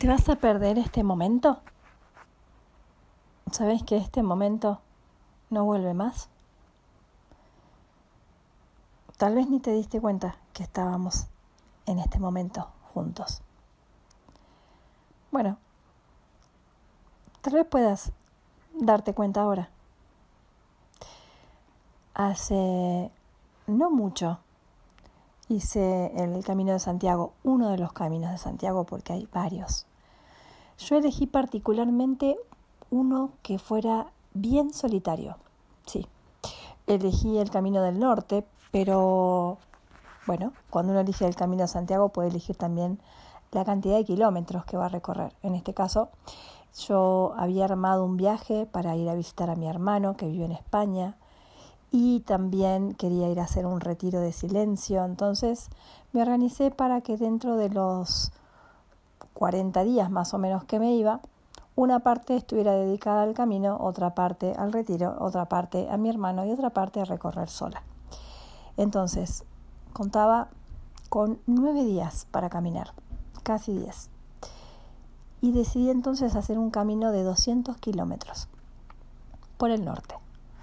¿Te vas a perder este momento? ¿Sabes que este momento no vuelve más? Tal vez ni te diste cuenta que estábamos en este momento juntos. Bueno, tal vez puedas darte cuenta ahora. Hace no mucho hice el Camino de Santiago, uno de los caminos de Santiago, porque hay varios. Yo elegí particularmente uno que fuera bien solitario. Sí, elegí el Camino del Norte, pero bueno, cuando uno elige el Camino de Santiago puede elegir también la cantidad de kilómetros que va a recorrer. En este caso, yo había armado un viaje para ir a visitar a mi hermano que vive en España y también quería ir a hacer un retiro de silencio. Entonces me organicé para que dentro de los 40 días más o menos que me iba, una parte estuviera dedicada al camino, otra parte al retiro, otra parte a mi hermano y otra parte a recorrer sola. Entonces, contaba con 9 días para caminar, casi 10. Y decidí entonces hacer un camino de 200 kilómetros por el norte,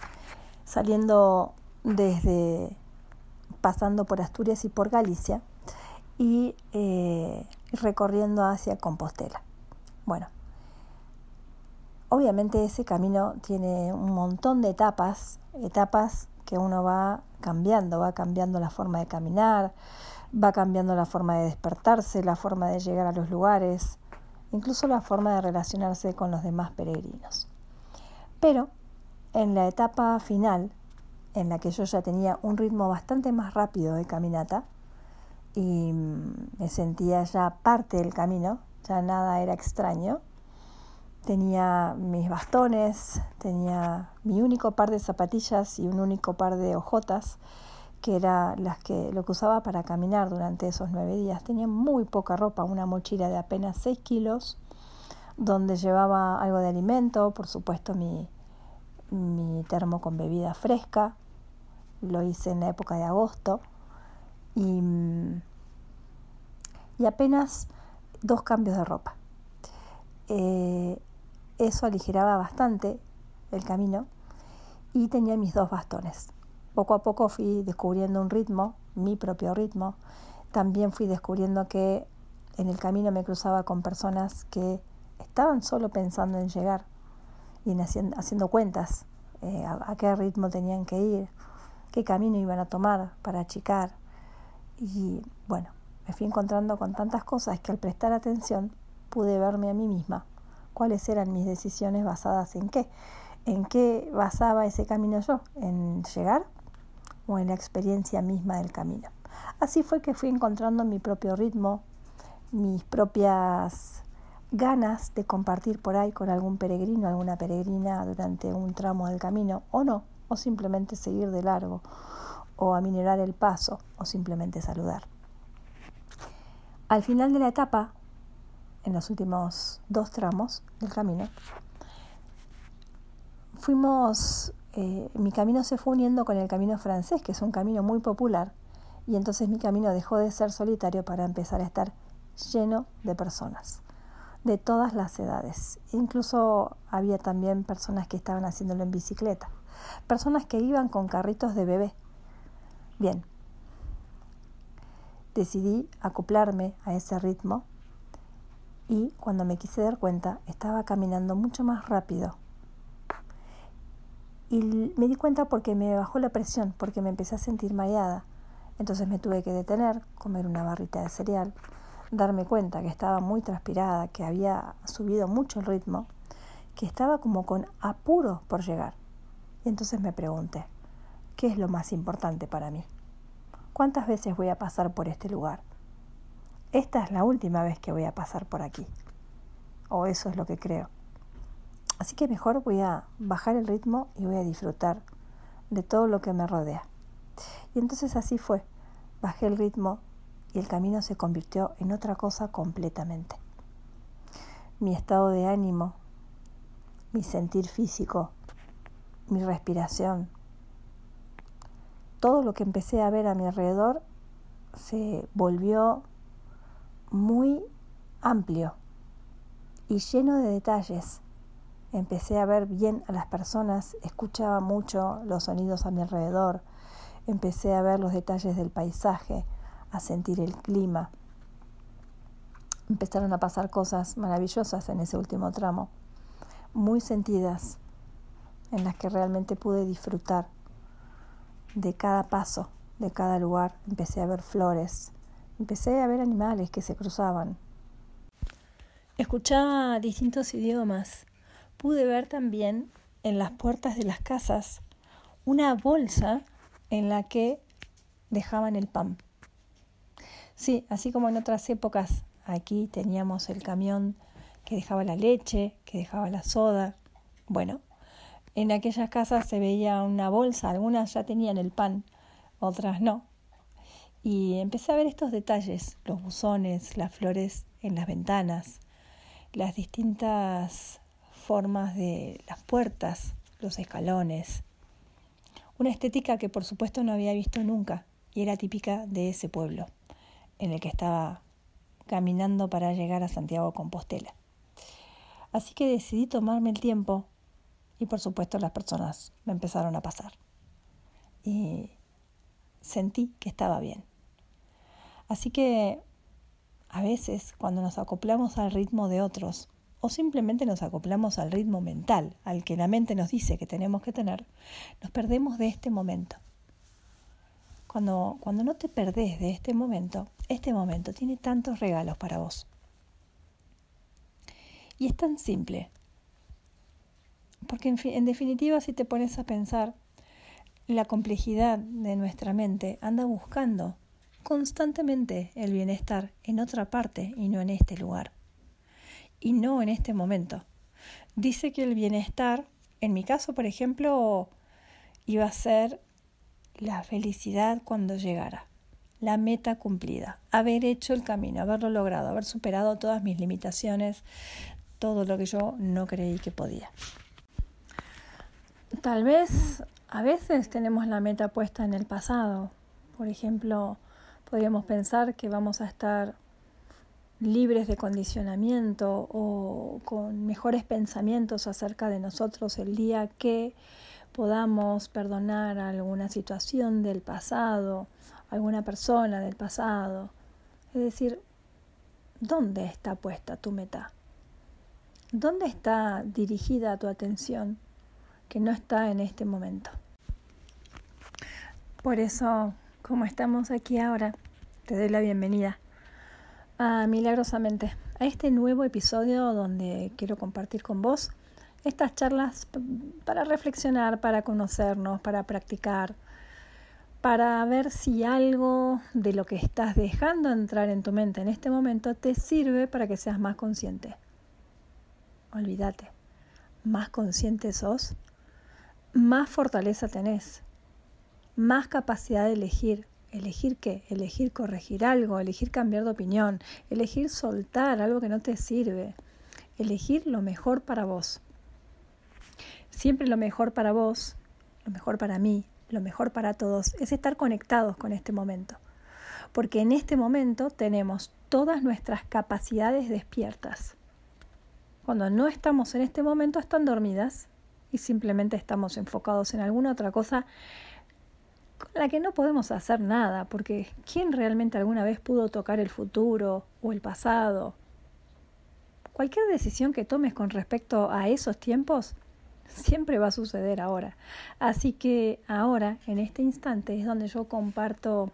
pasando por Asturias y por Galicia y recorriendo hacia Compostela. Bueno, obviamente ese camino tiene un montón de etapas que uno va cambiando la forma de caminar, va cambiando la forma de despertarse, la forma de llegar a los lugares, incluso la forma de relacionarse con los demás peregrinos. Pero en la etapa final, en la que yo ya tenía un ritmo bastante más rápido de caminata y me sentía ya parte del camino, ya nada era extraño, tenía mis bastones, tenía mi único par de zapatillas y un único par de ojotas, que era lo que usaba para caminar durante esos 9 días. Tenía muy poca ropa, una mochila de apenas 6 kilos, donde llevaba algo de alimento, por supuesto mi termo con bebida fresca. Lo hice en la época de agosto y apenas 2 cambios de ropa. Eso aligeraba bastante el camino y tenía mis 2 bastones. Poco a poco fui descubriendo un ritmo, mi propio ritmo. También fui descubriendo que en el camino me cruzaba con personas que estaban solo pensando en llegar y haciendo cuentas a qué ritmo tenían que ir, qué camino iban a tomar para achicar. Y bueno, me fui encontrando con tantas cosas que al prestar atención pude verme a mí misma cuáles eran mis decisiones basadas en qué basaba ese camino yo, en llegar o en la experiencia misma del camino. Así fue que fui encontrando mi propio ritmo, mis propias ganas de compartir por ahí con algún peregrino, alguna peregrina durante un tramo del camino, o no, o simplemente seguir de largo, o aminorar el paso, o simplemente saludar. Al final de la etapa, en los últimos 2 tramos del camino, mi camino se fue uniendo con el camino francés, que es un camino muy popular, y entonces mi camino dejó de ser solitario para empezar a estar lleno de personas, de todas las edades. Incluso había también personas que estaban haciéndolo en bicicleta, personas que iban con carritos de bebé. Bien, decidí acoplarme a ese ritmo y cuando me quise dar cuenta estaba caminando mucho más rápido. Y me di cuenta porque me bajó la presión, porque me empecé a sentir mareada. Entonces me tuve que detener, comer una barrita de cereal, darme cuenta que estaba muy transpirada, que había subido mucho el ritmo, que estaba como con apuro por llegar. Y entonces me pregunté, ¿qué es lo más importante para mí? ¿Cuántas veces voy a pasar por este lugar? Esta es la última vez que voy a pasar por aquí. O eso es lo que creo. Así que mejor voy a bajar el ritmo y voy a disfrutar de todo lo que me rodea. Y entonces así fue. Bajé el ritmo y el camino se convirtió en otra cosa completamente. Mi estado de ánimo, mi sentir físico, mi respiración, todo lo que empecé a ver a mi alrededor se volvió muy amplio, y lleno de detalles. Empecé a ver bien a las personas, escuchaba mucho los sonidos a mi alrededor, empecé a ver los detalles del paisaje, a sentir el clima. Empezaron a pasar cosas maravillosas en ese último tramo, muy sentidas, en las que realmente pude disfrutar de cada paso, de cada lugar. Empecé a ver flores, empecé a ver animales que se cruzaban. Escuchaba distintos idiomas. Pude ver también en las puertas de las casas una bolsa en la que dejaban el pan. Sí, así como en otras épocas, aquí teníamos el camión que dejaba la leche, que dejaba la soda. Bueno, en aquellas casas se veía una bolsa, algunas ya tenían el pan, otras no. Y empecé a ver estos detalles, los buzones, las flores en las ventanas, las distintas formas de las puertas, los escalones. Una estética que por supuesto no había visto nunca y era típica de ese pueblo en el que estaba caminando para llegar a Santiago de Compostela. Así que decidí tomarme el tiempo y por supuesto las personas me empezaron a pasar. Y sentí que estaba bien. Así que a veces cuando nos acoplamos al ritmo de otros o simplemente nos acoplamos al ritmo mental, al que la mente nos dice que tenemos que tener, nos perdemos de este momento. Cuando no te perdés de este momento tiene tantos regalos para vos. Y es tan simple. Porque en definitiva, si te pones a pensar, la complejidad de nuestra mente anda buscando constantemente el bienestar en otra parte y no en este lugar. Y no en este momento. Dice que el bienestar, en mi caso, por ejemplo, iba a ser la felicidad cuando llegara, la meta cumplida, haber hecho el camino, haberlo logrado, haber superado todas mis limitaciones, todo lo que yo no creí que podía. Tal vez a veces tenemos la meta puesta en el pasado. Por ejemplo, podríamos pensar que vamos a estar libres de condicionamiento o con mejores pensamientos acerca de nosotros el día que podamos perdonar alguna situación del pasado, alguna persona del pasado. Es decir, ¿dónde está puesta tu meta? ¿Dónde está dirigida tu atención que no está en este momento? Por eso, como estamos aquí ahora, te doy la bienvenida a Milagrosamente, a este nuevo episodio donde quiero compartir con vos estas charlas para reflexionar, para conocernos, para practicar, para ver si algo de lo que estás dejando entrar en tu mente en este momento te sirve para que seas más consciente. Olvídate, más consciente sos, más fortaleza tenés, más capacidad de elegir. ¿Elegir qué? Elegir corregir algo, elegir cambiar de opinión, elegir soltar algo que no te sirve, elegir lo mejor para vos. Siempre lo mejor para vos, lo mejor para mí, lo mejor para todos, es estar conectados con este momento. Porque en este momento tenemos todas nuestras capacidades despiertas. Cuando no estamos en este momento están dormidas y simplemente estamos enfocados en alguna otra cosa con la que no podemos hacer nada, porque ¿quién realmente alguna vez pudo tocar el futuro o el pasado? Cualquier decisión que tomes con respecto a esos tiempos siempre va a suceder ahora. Así que ahora, en este instante, es donde yo comparto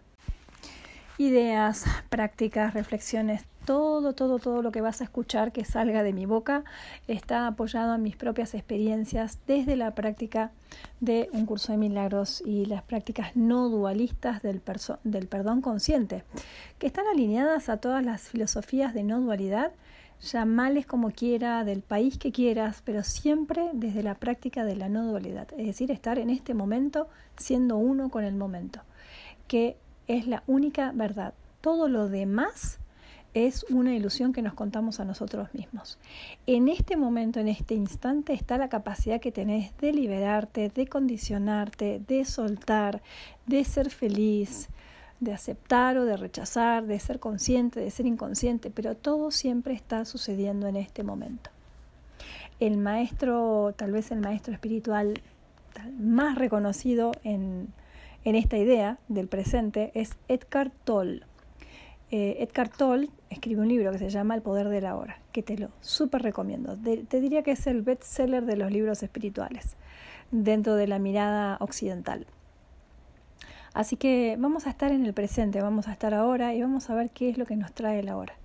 ideas, prácticas, reflexiones, todo lo que vas a escuchar que salga de mi boca está apoyado en mis propias experiencias desde la práctica de un curso de milagros y las prácticas no dualistas del perdón consciente, que están alineadas a todas las filosofías de no dualidad, llamales como quiera, del país que quieras, pero siempre desde la práctica de la no dualidad, es decir, estar en este momento siendo uno con el momento, que es la única verdad. Todo lo demás es una ilusión que nos contamos a nosotros mismos. En este momento, en este instante, está la capacidad que tenés de liberarte, de condicionarte, de soltar, de ser feliz, de aceptar o de rechazar, de ser consciente, de ser inconsciente, pero todo siempre está sucediendo en este momento. El maestro, tal vez el maestro espiritual más reconocido en esta idea del presente es Eckhart Tolle. Eckhart Tolle escribe un libro que se llama El poder de la hora, que te lo súper recomiendo. Te diría que es el bestseller de los libros espirituales dentro de la mirada occidental. Así que vamos a estar en el presente, vamos a estar ahora y vamos a ver qué es lo que nos trae la hora.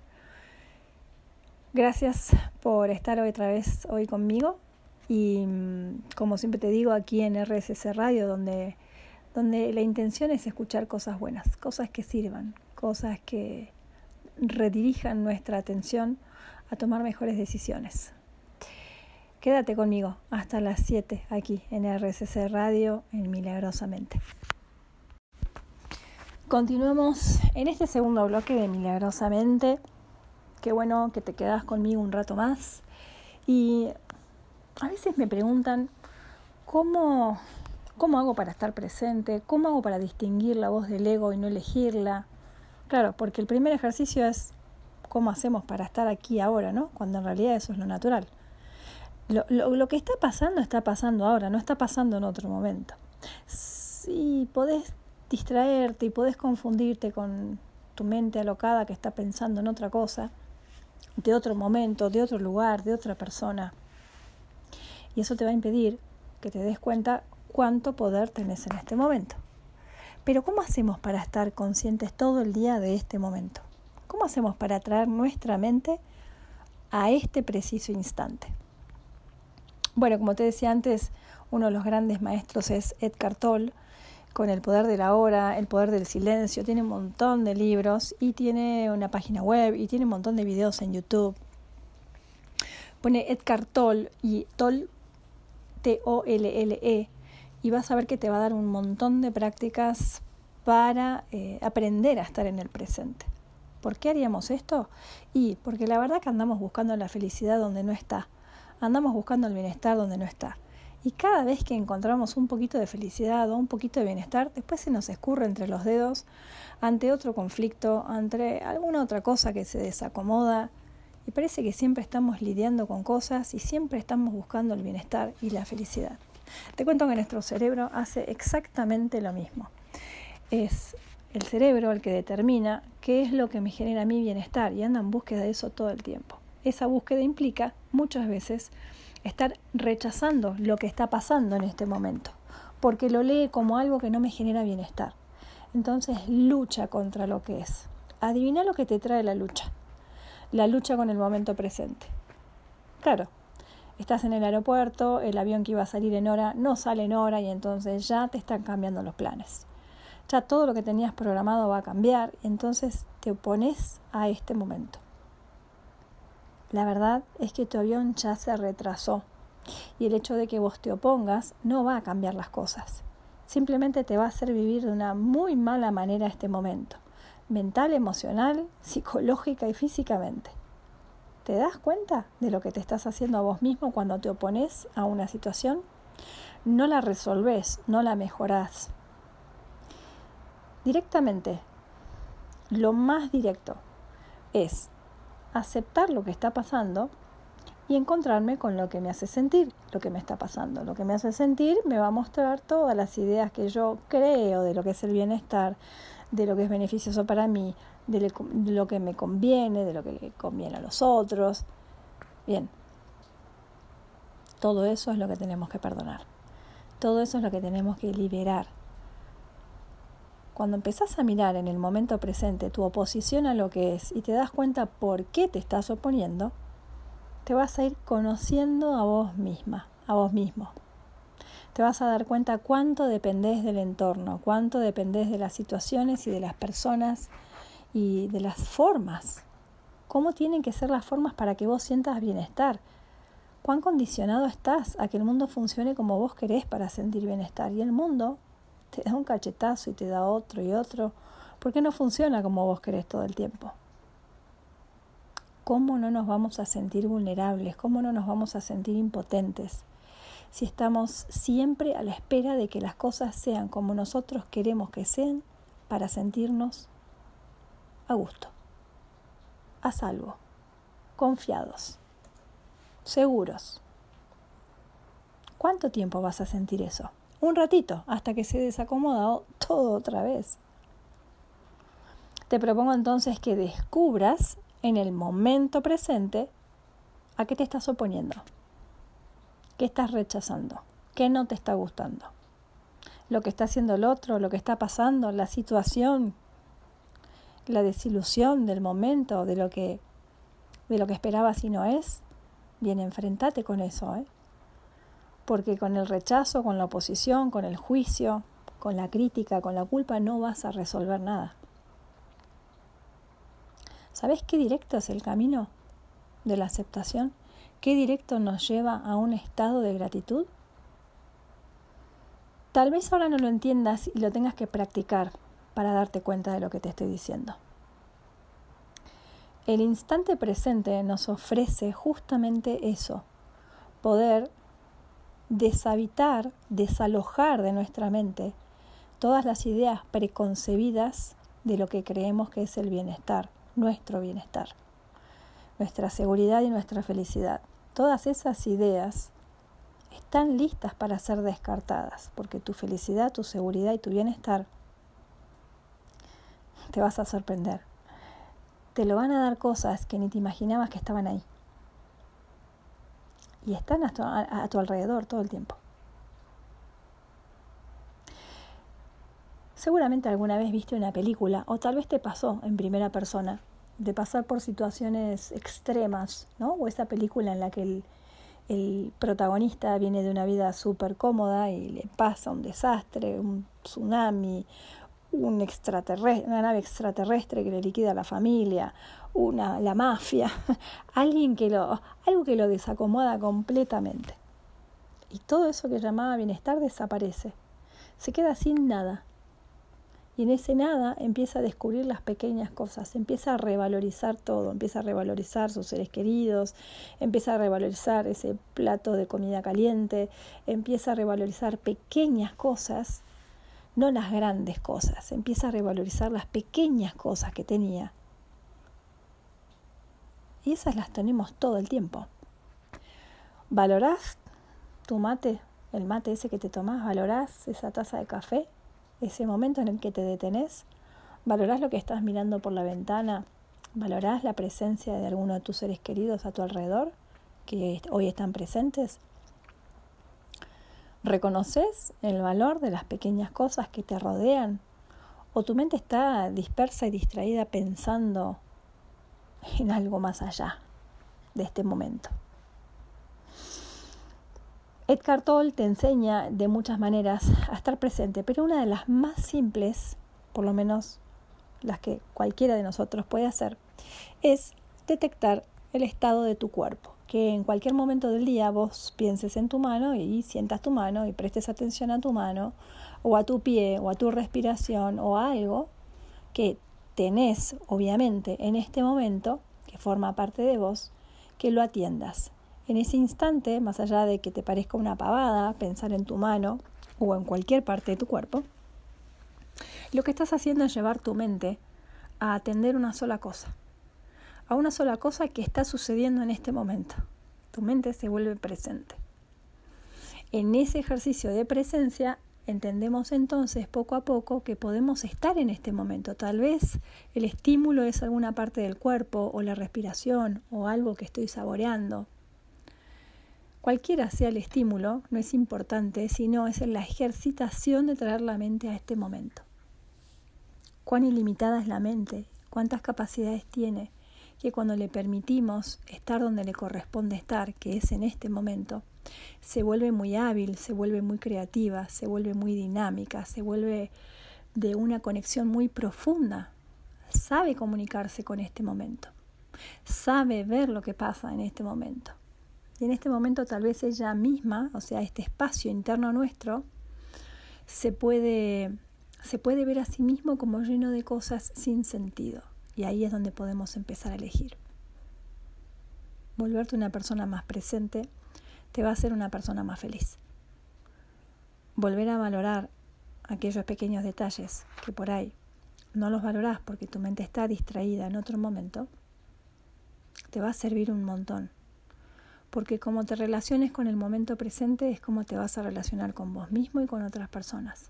Gracias por estar otra vez hoy conmigo y como siempre te digo aquí en RSC Radio donde la intención es escuchar cosas buenas, cosas que sirvan, cosas que redirijan nuestra atención a tomar mejores decisiones. Quédate conmigo hasta las 7 aquí en RSC Radio en Milagrosamente. Continuamos en este segundo bloque de Milagrosamente. Qué bueno que te quedas conmigo un rato más. Y a veces me preguntan ¿cómo hago para estar presente? ¿Cómo hago para distinguir la voz del ego y no elegirla? Claro, porque el primer ejercicio es cómo hacemos para estar aquí ahora, ¿no? Cuando en realidad eso es lo natural. Lo que está pasando ahora, no está pasando en otro momento. Si podés distraerte y podés confundirte con tu mente alocada que está pensando en otra cosa, de otro momento, de otro lugar, de otra persona. Y eso te va a impedir que te des cuenta cuánto poder tenés en este momento. Pero ¿cómo hacemos para estar conscientes todo el día de este momento? ¿Cómo hacemos para traer nuestra mente a este preciso instante? Bueno, como te decía antes, uno de los grandes maestros es Eckhart Tolle, con El poder de la hora, El poder del silencio. Tiene un montón de libros y tiene una página web y tiene un montón de videos en YouTube. Pone Eckhart Tolle y Tolle, Tolle, y vas a ver que te va a dar un montón de prácticas para aprender a estar en el presente. ¿Por qué haríamos esto? Y porque la verdad que andamos buscando la felicidad donde no está. Andamos buscando el bienestar donde no está. Y cada vez que encontramos un poquito de felicidad o un poquito de bienestar, después se nos escurre entre los dedos ante otro conflicto, ante alguna otra cosa que se desacomoda. Y parece que siempre estamos lidiando con cosas y siempre estamos buscando el bienestar y la felicidad. Te cuento que nuestro cerebro hace exactamente lo mismo. Es el cerebro el que determina qué es lo que me genera mi bienestar y anda en búsqueda de eso todo el tiempo. Esa búsqueda implica muchas veces estar rechazando lo que está pasando en este momento, porque lo lee como algo que no me genera bienestar. Entonces lucha contra lo que es. Adivina lo que te trae la lucha con el momento presente. Claro, estás en el aeropuerto, el avión que iba a salir en hora no sale en hora y entonces ya te están cambiando los planes. Ya todo lo que tenías programado va a cambiar y entonces te opones a este momento. La verdad es que tu avión ya se retrasó y el hecho de que vos te opongas no va a cambiar las cosas. Simplemente te va a hacer vivir de una muy mala manera este momento, mental, emocional, psicológica y físicamente. ¿Te das cuenta de lo que te estás haciendo a vos mismo cuando te opones a una situación? No la resolvés, no la mejorás. Directamente, lo más directo es aceptar lo que está pasando y encontrarme con lo que me hace sentir lo que me está pasando. Lo que me hace sentir me va a mostrar todas las ideas que yo creo de lo que es el bienestar, de lo que es beneficioso para mí, de lo que me conviene, de lo que le conviene a los otros. Bien, todo eso es lo que tenemos que perdonar. Todo eso es lo que tenemos que liberar. Cuando empezás a mirar en el momento presente tu oposición a lo que es y te das cuenta por qué te estás oponiendo, te vas a ir conociendo a vos misma, a vos mismo. Te vas a dar cuenta cuánto dependés del entorno, cuánto dependés de las situaciones y de las personas y de las formas. ¿Cómo tienen que ser las formas para que vos sientas bienestar? ¿Cuán condicionado estás a que el mundo funcione como vos querés para sentir bienestar? Y el mundo te da un cachetazo y te da otro y otro, porque no funciona como vos querés todo el tiempo. ¿Cómo no nos vamos a sentir vulnerables? ¿Cómo no nos vamos a sentir impotentes? Si estamos siempre a la espera de que las cosas sean como nosotros queremos que sean para sentirnos a gusto, a salvo, confiados, seguros. ¿Cuánto tiempo vas a sentir eso? Un ratito, hasta que se desacomoda todo otra vez. Te propongo entonces que descubras en el momento presente a qué te estás oponiendo, qué estás rechazando, qué no te está gustando. Lo que está haciendo el otro, lo que está pasando, la situación, la desilusión del momento, de lo que esperabas y no es. Bien, enfrentate con eso, porque con el rechazo, con la oposición, con el juicio, con la crítica, con la culpa, no vas a resolver nada. ¿Sabes qué directo es el camino de la aceptación? ¿Qué directo nos lleva a un estado de gratitud? Tal vez ahora no lo entiendas y lo tengas que practicar para darte cuenta de lo que te estoy diciendo. El instante presente nos ofrece justamente eso, poder deshabitar, desalojar de nuestra mente todas las ideas preconcebidas de lo que creemos que es el bienestar, nuestro bienestar, nuestra seguridad y nuestra felicidad. Todas esas ideas están listas para ser descartadas, porque tu felicidad, tu seguridad y tu bienestar, te vas a sorprender. Te lo van a dar cosas que ni te imaginabas que estaban ahí. Y están a tu alrededor todo el tiempo. Seguramente alguna vez viste una película, o tal vez te pasó en primera persona, de pasar por situaciones extremas, ¿no? O esa película en la que el protagonista viene de una vida súper cómoda y le pasa un desastre, un tsunami, una nave extraterrestre que le liquida a la familia, la mafia, algo que lo desacomoda completamente. Y todo eso que llamaba bienestar desaparece. Se queda sin nada. Y en ese nada empieza a descubrir las pequeñas cosas, empieza a revalorizar todo, empieza a revalorizar sus seres queridos, empieza a revalorizar ese plato de comida caliente, empieza a revalorizar pequeñas cosas, no las grandes cosas, empieza a revalorizar las pequeñas cosas que tenía. Y esas las tenemos todo el tiempo. ¿Valorás tu mate, el mate ese que te tomás? ¿Valorás esa taza de café? Ese momento en el que te detenés, ¿valorás lo que estás mirando por la ventana? ¿Valorás la presencia de alguno de tus seres queridos a tu alrededor que hoy están presentes? ¿Reconoces el valor de las pequeñas cosas que te rodean? ¿O tu mente está dispersa y distraída pensando en algo más allá de este momento? Eckhart Tolle te enseña de muchas maneras a estar presente, pero una de las más simples, por lo menos las que cualquiera de nosotros puede hacer, es detectar el estado de tu cuerpo. Que en cualquier momento del día vos pienses en tu mano y sientas tu mano y prestes atención a tu mano, o a tu pie, o a tu respiración, o a algo que tenés, obviamente, en este momento, que forma parte de vos, que lo atiendas. En ese instante, más allá de que te parezca una pavada pensar en tu mano o en cualquier parte de tu cuerpo, lo que estás haciendo es llevar tu mente a atender una sola cosa, a una sola cosa que está sucediendo en este momento. Tu mente se vuelve presente. En ese ejercicio de presencia entendemos entonces poco a poco que podemos estar en este momento. Tal vez el estímulo es alguna parte del cuerpo o la respiración o algo que estoy saboreando. Cualquiera sea el estímulo, no es importante, sino es la ejercitación de traer la mente a este momento. Cuán ilimitada es la mente, cuántas capacidades tiene, que cuando le permitimos estar donde le corresponde estar, que es en este momento, se vuelve muy hábil, se vuelve muy creativa, se vuelve muy dinámica, se vuelve de una conexión muy profunda. Sabe comunicarse con este momento, sabe ver lo que pasa en este momento. Y en este momento tal vez ella misma, o sea, este espacio interno nuestro, se puede ver a sí mismo como lleno de cosas sin sentido. Y ahí es donde podemos empezar a elegir. Volverte una persona más presente te va a hacer una persona más feliz. Volver a valorar aquellos pequeños detalles que por ahí no los valorás porque tu mente está distraída en otro momento, te va a servir un montón. Porque como te relaciones con el momento presente es como te vas a relacionar con vos mismo y con otras personas.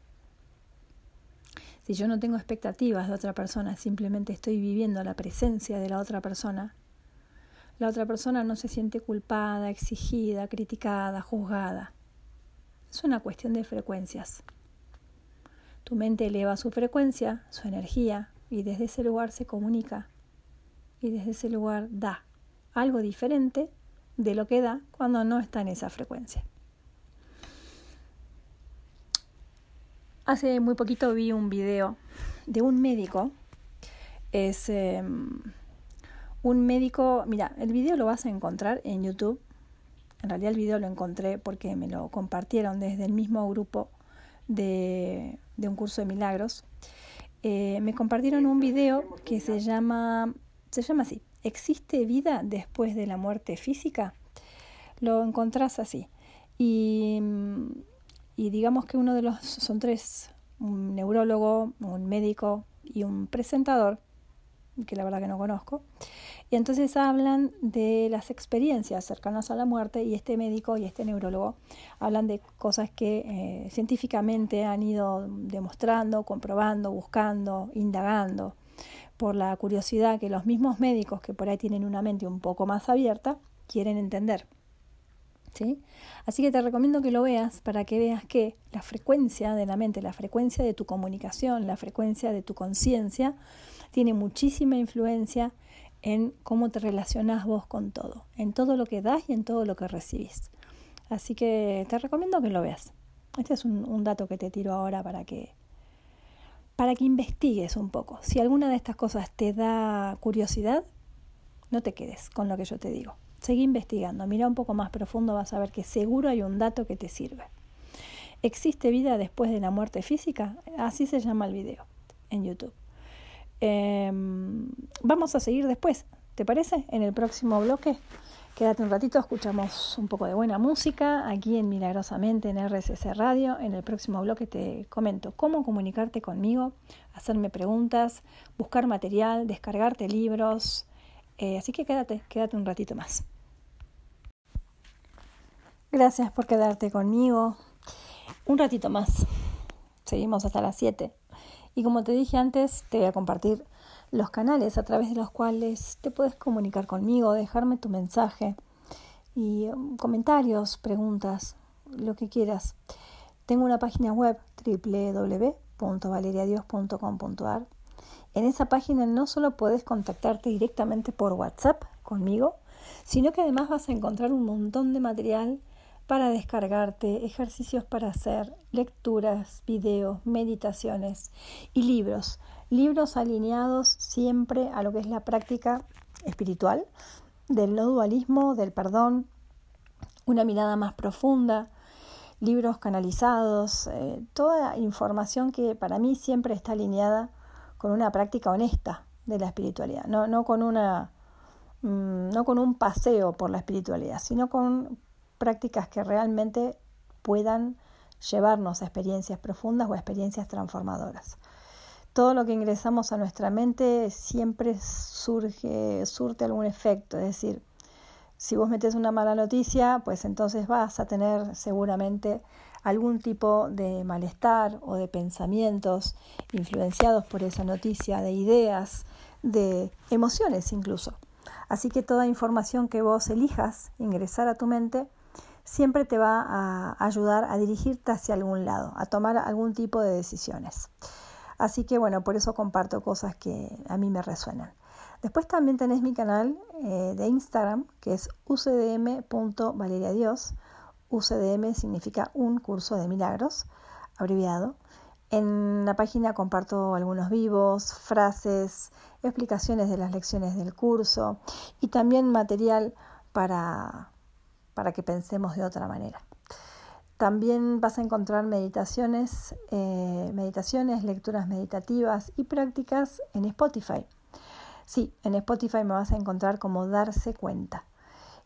Si yo no tengo expectativas de otra persona, simplemente estoy viviendo la presencia de la otra persona no se siente culpada, exigida, criticada, juzgada. Es una cuestión de frecuencias. Tu mente eleva su frecuencia, su energía, y desde ese lugar se comunica. Y desde ese lugar da algo diferente de lo que da cuando no está en esa frecuencia. Hace muy poquito vi un video de un médico. Es un médico, mira, el video lo vas a encontrar en YouTube. En realidad el video lo encontré porque me lo compartieron desde el mismo grupo de un curso de milagros. Me compartieron un video que se llama así: ¿existe vida después de la muerte física? Lo encontrás así. Y digamos que son tres: un neurólogo, un médico y un presentador, que la verdad que no conozco. Y entonces hablan de las experiencias cercanas a la muerte, y este médico y este neurólogo hablan de cosas que científicamente han ido demostrando, comprobando, buscando, indagando, por la curiosidad que los mismos médicos, que por ahí tienen una mente un poco más abierta, quieren entender. ¿Sí? Así que te recomiendo que lo veas para que veas que la frecuencia de la mente, la frecuencia de tu comunicación, la frecuencia de tu conciencia tiene muchísima influencia en cómo te relacionás vos con todo, en todo lo que das y en todo lo que recibís. Así que te recomiendo que lo veas. Este es un dato que te tiro ahora para que investigues un poco. Si alguna de estas cosas te da curiosidad, no te quedes con lo que yo te digo. Seguí investigando, mira un poco más profundo, vas a ver que seguro hay un dato que te sirve. ¿Existe vida después de la muerte física? Así se llama el video en YouTube. Vamos a seguir después, ¿te parece? En el próximo bloque. Quédate un ratito, escuchamos un poco de buena música aquí en Milagrosamente en RSC Radio. En el próximo bloque te comento cómo comunicarte conmigo, hacerme preguntas, buscar material, descargarte libros. Así que quédate un ratito más. Gracias por quedarte conmigo un ratito más. Seguimos hasta las 7. Y como te dije antes, te voy a compartir los canales a través de los cuales te puedes comunicar conmigo, dejarme tu mensaje y comentarios, preguntas, lo que quieras. Tengo una página web www.valeriadios.com.ar. En esa página no solo puedes contactarte directamente por WhatsApp conmigo, sino que además vas a encontrar un montón de material para descargarte, ejercicios para hacer, lecturas, videos, meditaciones y libros alineados siempre a lo que es la práctica espiritual, del no dualismo, del perdón, una mirada más profunda, libros canalizados, toda información que para mí siempre está alineada con una práctica honesta de la espiritualidad, no con un paseo por la espiritualidad, sino con prácticas que realmente puedan llevarnos a experiencias profundas o a experiencias transformadoras. Todo lo que ingresamos a nuestra mente siempre surte algún efecto, es decir, si vos metés una mala noticia, pues entonces vas a tener seguramente algún tipo de malestar o de pensamientos influenciados por esa noticia, de ideas, de emociones incluso. Así que toda información que vos elijas ingresar a tu mente siempre te va a ayudar a dirigirte hacia algún lado, a tomar algún tipo de decisiones. Así que bueno, por eso comparto cosas que a mí me resuenan. Después también tenés mi canal de Instagram, que es ucdm.valeriadios. UCDM significa un curso de milagros, abreviado. En la página comparto algunos vivos, frases, explicaciones de las lecciones del curso y también material para que pensemos de otra manera. También vas a encontrar meditaciones, lecturas meditativas y prácticas en Spotify. Sí, en Spotify me vas a encontrar como Darse Cuenta.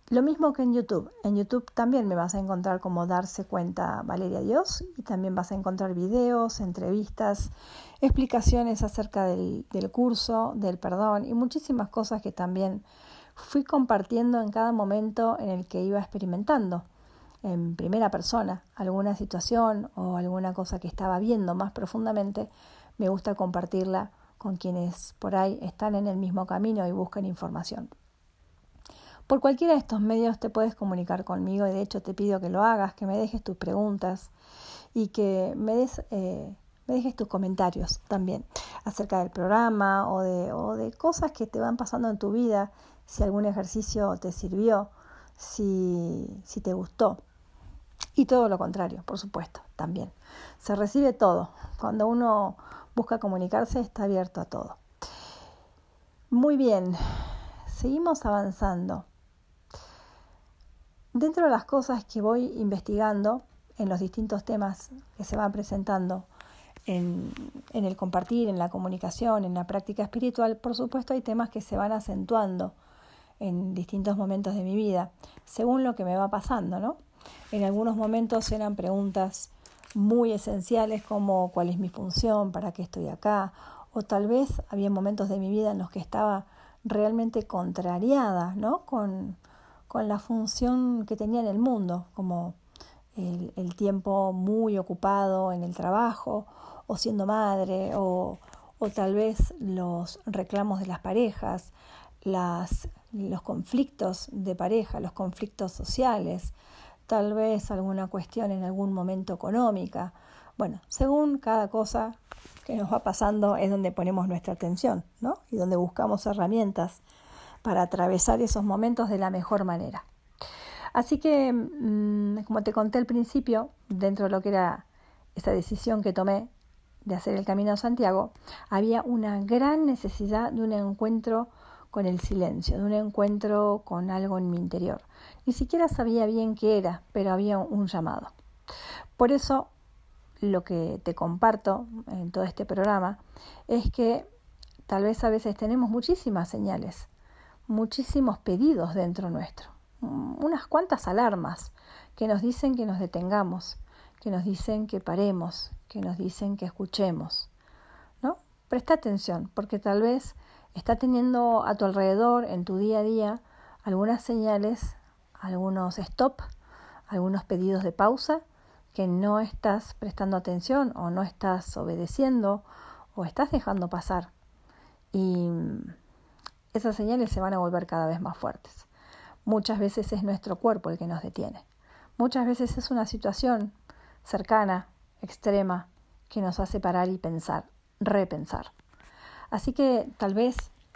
Lo mismo que en YouTube. En YouTube también me vas a encontrar como Darse Cuenta Valeria Dios, y también vas a encontrar videos, entrevistas, explicaciones acerca del curso, del perdón y muchísimas cosas que también fui compartiendo en cada momento en el que iba experimentando en primera persona alguna situación o alguna cosa que estaba viendo más profundamente. Me gusta compartirla con quienes por ahí están en el mismo camino y buscan información. Por cualquiera de estos medios te puedes comunicar conmigo, y de hecho te pido que lo hagas, que me dejes tus preguntas y que me dejes tus comentarios también acerca del programa o de cosas que te van pasando en tu vida, si algún ejercicio te sirvió, si te gustó. Y todo lo contrario, por supuesto, también. Se recibe todo. Cuando uno busca comunicarse, está abierto a todo. Muy bien, seguimos avanzando. Dentro de las cosas que voy investigando en los distintos temas que se van presentando en el compartir, en la comunicación, en la práctica espiritual, por supuesto hay temas que se van acentuando en distintos momentos de mi vida, según lo que me va pasando, ¿no? En algunos momentos eran preguntas muy esenciales como ¿cuál es mi función? ¿Para qué estoy acá? O tal vez había momentos de mi vida en los que estaba realmente contrariada, ¿no? Con la función que tenía en el mundo, como el tiempo muy ocupado en el trabajo, o siendo madre, o tal vez los reclamos de las parejas, los conflictos de pareja, los conflictos sociales, tal vez alguna cuestión en algún momento económica. Bueno, según cada cosa que nos va pasando es donde ponemos nuestra atención, ¿no? Y donde buscamos herramientas para atravesar esos momentos de la mejor manera. Así que, como te conté al principio, dentro de lo que era esa decisión que tomé de hacer el Camino a Santiago, había una gran necesidad de un encuentro con el silencio, de un encuentro con algo en mi interior. Ni siquiera sabía bien qué era, pero había un llamado. Por eso, lo que te comparto en todo este programa es que tal vez a veces tenemos muchísimas señales, muchísimos pedidos dentro nuestro, unas cuantas alarmas que nos dicen que nos detengamos, que nos dicen que paremos, que nos dicen que escuchemos, ¿no? Presta atención, porque tal vez está teniendo a tu alrededor, en tu día a día, algunas señales, algunos stop, algunos pedidos de pausa que no estás prestando atención o no estás obedeciendo o estás dejando pasar. Y esas señales se van a volver cada vez más fuertes. Muchas veces es nuestro cuerpo el que nos detiene. Muchas veces es una situación cercana, extrema, que nos hace parar y pensar, repensar. Así que tal vez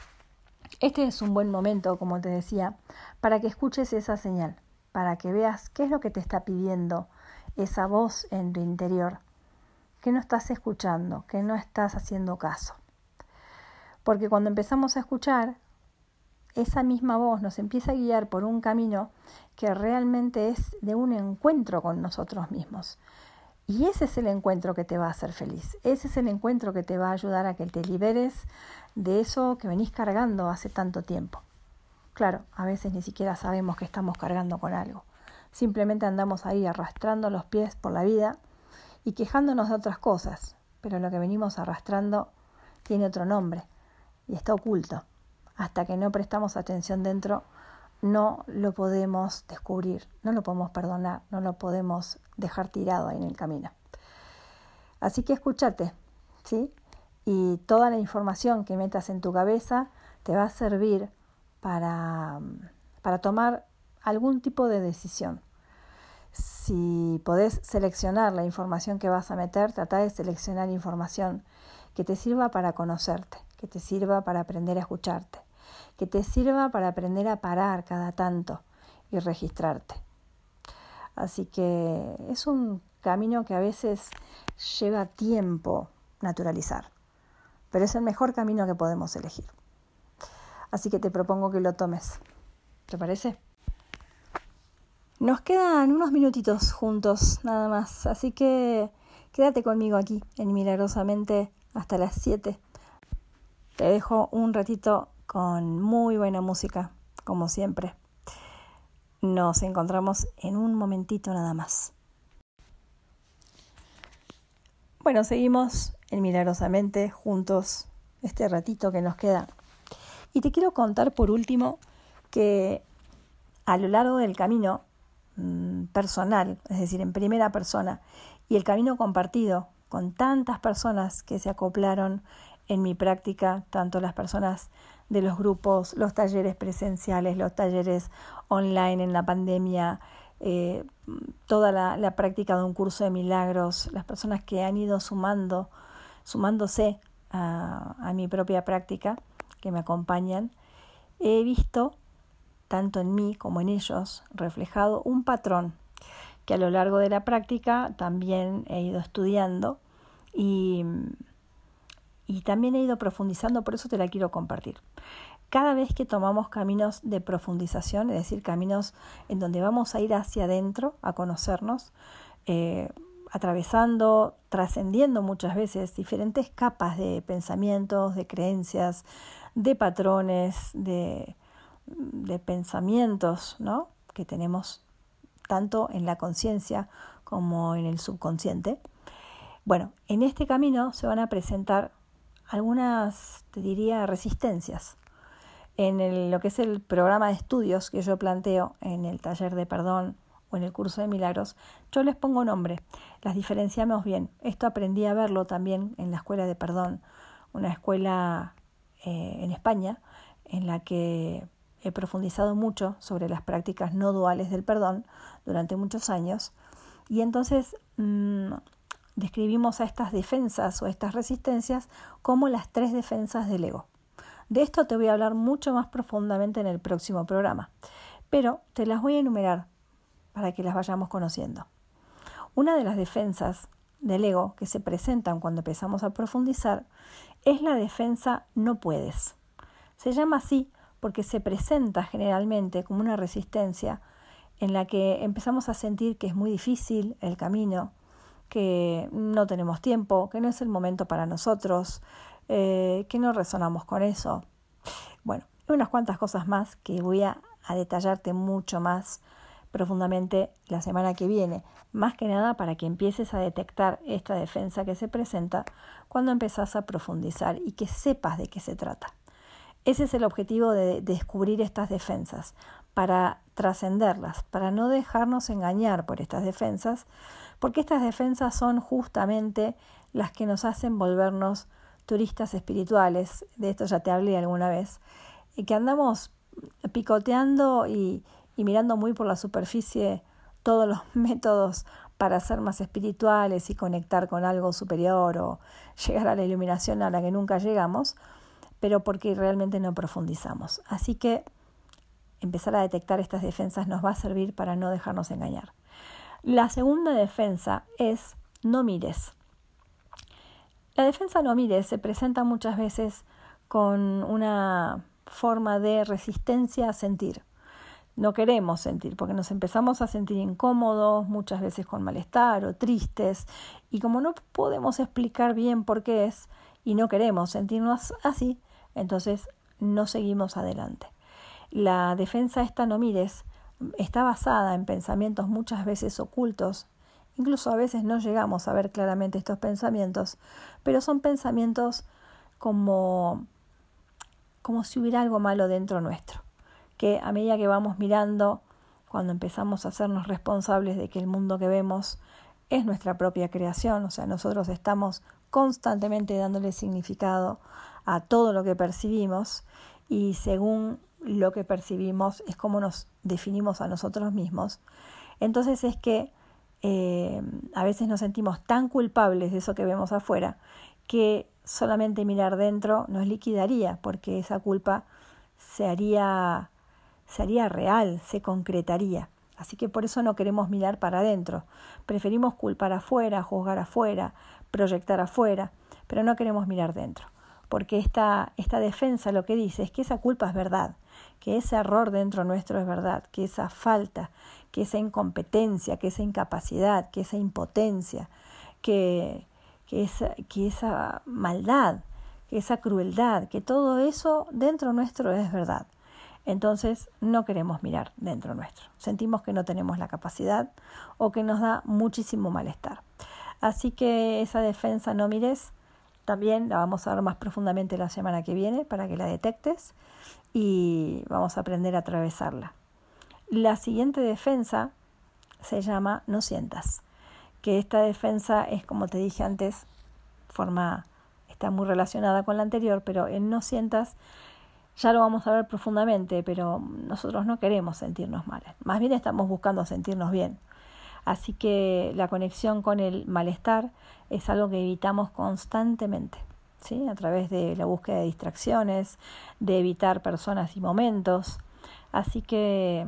este es un buen momento, como te decía, para que escuches esa señal, para que veas qué es lo que te está pidiendo esa voz en tu interior, que no estás escuchando, que no estás haciendo caso. Porque cuando empezamos a escuchar, esa misma voz nos empieza a guiar por un camino que realmente es de un encuentro con nosotros mismos. Y ese es el encuentro que te va a hacer feliz. Ese es el encuentro que te va a ayudar a que te liberes de eso que venís cargando hace tanto tiempo. Claro, a veces ni siquiera sabemos que estamos cargando con algo. Simplemente andamos ahí arrastrando los pies por la vida y quejándonos de otras cosas. Pero lo que venimos arrastrando tiene otro nombre y está oculto. Hasta que no prestamos atención dentro, no lo podemos descubrir, no lo podemos perdonar, no lo podemos dejar tirado ahí en el camino. Así que escúchate, ¿sí? Y toda la información que metas en tu cabeza te va a servir para tomar algún tipo de decisión. Si podés seleccionar la información que vas a meter, trata de seleccionar información que te sirva para conocerte, que te sirva para aprender a escucharte, que te sirva para aprender a parar cada tanto y registrarte. Así que es un camino que a veces lleva tiempo naturalizar, pero es el mejor camino que podemos elegir. Así que te propongo que lo tomes. ¿Te parece? Nos quedan unos minutitos juntos nada más, así que quédate conmigo aquí en Milagrosamente hasta las 7. Te dejo un ratito con muy buena música, como siempre. Nos encontramos en un momentito nada más. Bueno, seguimos en Milagrosamente juntos este ratito que nos queda. Y te quiero contar por último que a lo largo del camino personal, es decir, en primera persona, y el camino compartido con tantas personas que se acoplaron en mi práctica, tanto las personas de los grupos, los talleres presenciales, los talleres online en la pandemia, toda la práctica de un curso de milagros, las personas que han ido sumándose a mi propia práctica, que me acompañan, he visto, tanto en mí como en ellos, reflejado un patrón que a lo largo de la práctica también he ido estudiando y también he ido profundizando, por eso te la quiero compartir. Cada vez que tomamos caminos de profundización, es decir, caminos en donde vamos a ir hacia adentro, a conocernos, atravesando, trascendiendo muchas veces diferentes capas de pensamientos, de creencias, de patrones, de pensamientos, ¿no?, que tenemos tanto en la conciencia como en el subconsciente. Bueno, en este camino se van a presentar algunas, te diría, resistencias. En lo que es el programa de estudios que yo planteo en el taller de perdón o en el curso de milagros, yo les pongo nombre, las diferenciamos bien. Esto aprendí a verlo también en la escuela de perdón, una escuela en España en la que he profundizado mucho sobre las prácticas no duales del perdón durante muchos años. Y entonces describimos a estas defensas o estas resistencias como las 3 defensas del ego. De esto te voy a hablar mucho más profundamente en el próximo programa, pero te las voy a enumerar para que las vayamos conociendo. Una de las defensas del ego que se presentan cuando empezamos a profundizar es la defensa no puedes. Se llama así porque se presenta generalmente como una resistencia en la que empezamos a sentir que es muy difícil el camino, que no tenemos tiempo, que no es el momento para nosotros, que no resonamos con eso. Bueno, y unas cuantas cosas más que voy a detallarte mucho más profundamente la semana que viene, más que nada para que empieces a detectar esta defensa que se presenta cuando empezás a profundizar y que sepas de qué se trata. Ese es el objetivo de descubrir estas defensas, para trascenderlas, para no dejarnos engañar por estas defensas, porque estas defensas son justamente las que nos hacen volvernos turistas espirituales. De esto ya te hablé alguna vez, y que andamos picoteando y mirando muy por la superficie todos los métodos para ser más espirituales y conectar con algo superior o llegar a la iluminación a la que nunca llegamos, pero porque realmente no profundizamos. Así que empezar a detectar estas defensas nos va a servir para no dejarnos engañar. La segunda defensa es no mires. La defensa no mires se presenta muchas veces con una forma de resistencia a sentir. No queremos sentir porque nos empezamos a sentir incómodos, muchas veces con malestar o tristes, y como no podemos explicar bien por qué es y no queremos sentirnos así, entonces no seguimos adelante. La defensa esta no mires está basada en pensamientos muchas veces ocultos. Incluso a veces no llegamos a ver claramente estos pensamientos, pero son pensamientos como si hubiera algo malo dentro nuestro, que a medida que vamos mirando, cuando empezamos a hacernos responsables de que el mundo que vemos es nuestra propia creación, o sea, nosotros estamos constantemente dándole significado a todo lo que percibimos, y según lo que percibimos es como nos definimos a nosotros mismos. Entonces es que a veces nos sentimos tan culpables de eso que vemos afuera que solamente mirar dentro nos liquidaría, porque esa culpa se haría real, se concretaría. Así que por eso no queremos mirar para adentro. Preferimos culpar afuera, juzgar afuera, proyectar afuera, pero no queremos mirar dentro. Porque esta defensa lo que dice es que esa culpa es verdad, que ese error dentro nuestro es verdad, que esa falta, que esa incompetencia, que esa incapacidad, que esa impotencia, que esa maldad, que esa crueldad, que todo eso dentro nuestro es verdad. Entonces no queremos mirar dentro nuestro. Sentimos que no tenemos la capacidad o que nos da muchísimo malestar. Así que esa defensa no mires, también la vamos a ver más profundamente la semana que viene para que la detectes y vamos a aprender a atravesarla. La siguiente defensa se llama no sientas, que esta defensa es, como te dije antes, está muy relacionada con la anterior, pero en no sientas ya lo vamos a ver profundamente, pero nosotros no queremos sentirnos mal, más bien estamos buscando sentirnos bien. Así que la conexión con el malestar es algo que evitamos constantemente, ¿sí? A través de la búsqueda de distracciones, de evitar personas y momentos. Así que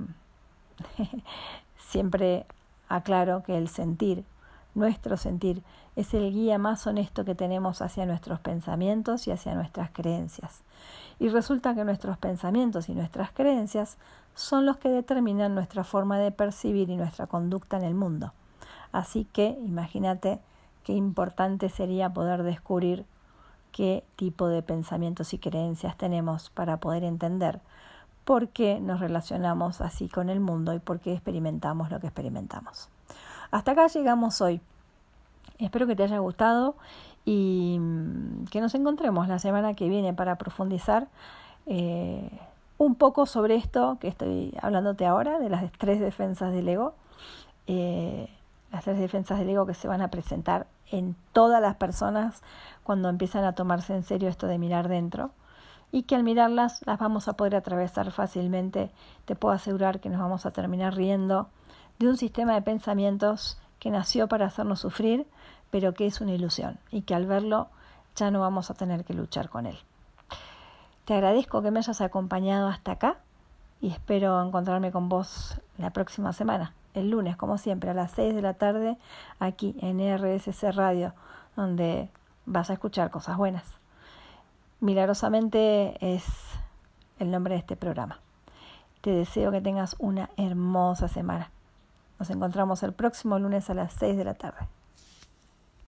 siempre aclaro que el sentir, nuestro sentir, es el guía más honesto que tenemos hacia nuestros pensamientos y hacia nuestras creencias. Y resulta que nuestros pensamientos y nuestras creencias son los que determinan nuestra forma de percibir y nuestra conducta en el mundo. Así que imagínate qué importante sería poder descubrir qué tipo de pensamientos y creencias tenemos para poder entender por qué nos relacionamos así con el mundo y por qué experimentamos lo que experimentamos. Hasta acá llegamos hoy. Espero que te haya gustado y que nos encontremos la semana que viene para profundizar un poco sobre esto que estoy hablándote ahora, de las 3 defensas del ego. Las 3 defensas del ego que se van a presentar en todas las personas cuando empiezan a tomarse en serio esto de mirar dentro. Y que al mirarlas las vamos a poder atravesar fácilmente. Te puedo asegurar que nos vamos a terminar riendo de un sistema de pensamientos que nació para hacernos sufrir, pero que es una ilusión y que al verlo ya no vamos a tener que luchar con él. Te agradezco que me hayas acompañado hasta acá y espero encontrarme con vos la próxima semana, el lunes, como siempre, a las 6 de la tarde, aquí en RSC Radio, donde vas a escuchar cosas buenas. Milagrosamente es el nombre de este programa. Te deseo que tengas una hermosa semana. Nos encontramos el próximo lunes a las 6 de la tarde.